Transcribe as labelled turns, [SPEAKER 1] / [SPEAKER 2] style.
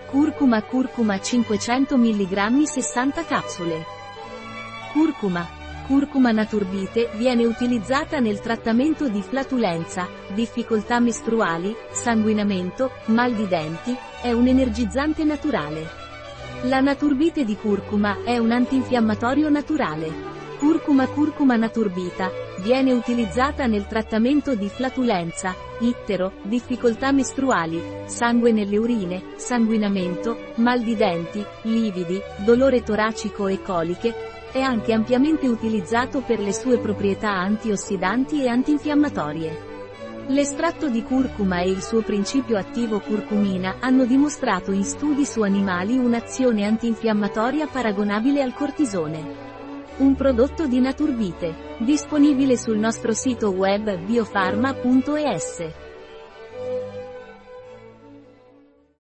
[SPEAKER 1] Curcuma 500 mg 60 capsule. Curcuma Naturbite viene utilizzata nel trattamento di flatulenza, difficoltà mestruali, sanguinamento, mal di denti, è un energizzante naturale. La naturbite di curcuma è un antinfiammatorio naturale. Curcuma naturbita viene utilizzata nel trattamento di flatulenza, ittero, difficoltà mestruali, sangue nelle urine, sanguinamento, mal di denti, lividi, dolore toracico e coliche. È anche ampiamente utilizzato per le sue proprietà antiossidanti e antinfiammatorie. L'estratto di curcuma e il suo principio attivo curcumina hanno dimostrato in studi su animali un'azione antinfiammatoria paragonabile al cortisone. Un prodotto di Naturbite, disponibile sul nostro sito web biofarma.es.